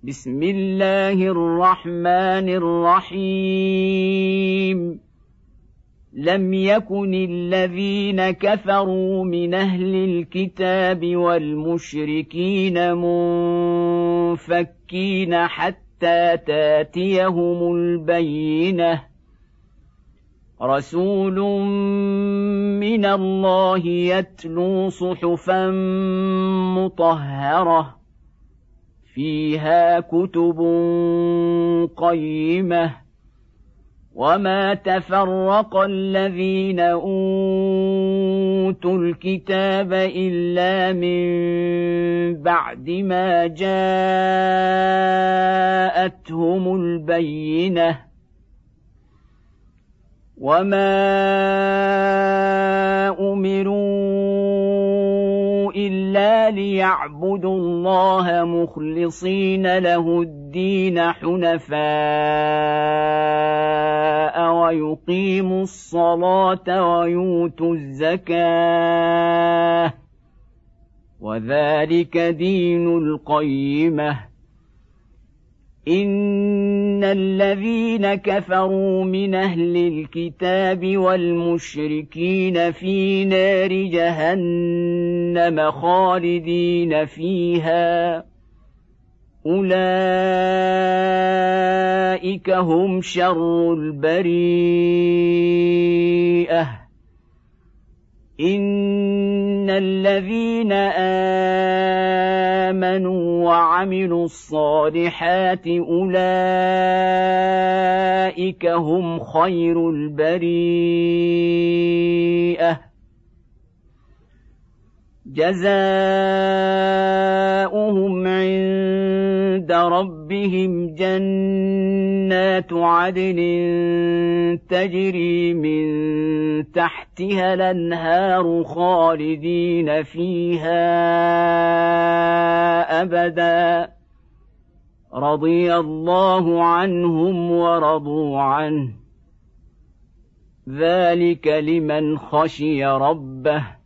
بسم الله الرحمن الرحيم لم يكن الذين كفروا من أهل الكتاب والمشركين منفكين حتى تاتيهم البينة رسول من الله يتلو صحفا مطهرة فيها كتب قيمة وما تفرق الذين أوتوا الكتاب إلا من بعد ما جاءتهم البينة وما أمروا إلا ليعبدوا الله مخلصين له الدين حنفاء ويقيموا الصلاة ويؤتوا الزكاة وذلك دين القيمة إن الذين كفروا من أهل الكتاب والمشركين في نار جهنم خالدين فيها أولئك هم شر البريئة إن الذين آمنوا وعملوا الصالحات أولئك هم خير البريئة جزاؤهم عند ربهم جنات عدن تجري من تحتها الأنهار خالدين فيها أبدا رضي الله عنهم ورضوا عنه ذلك لمن خشي ربه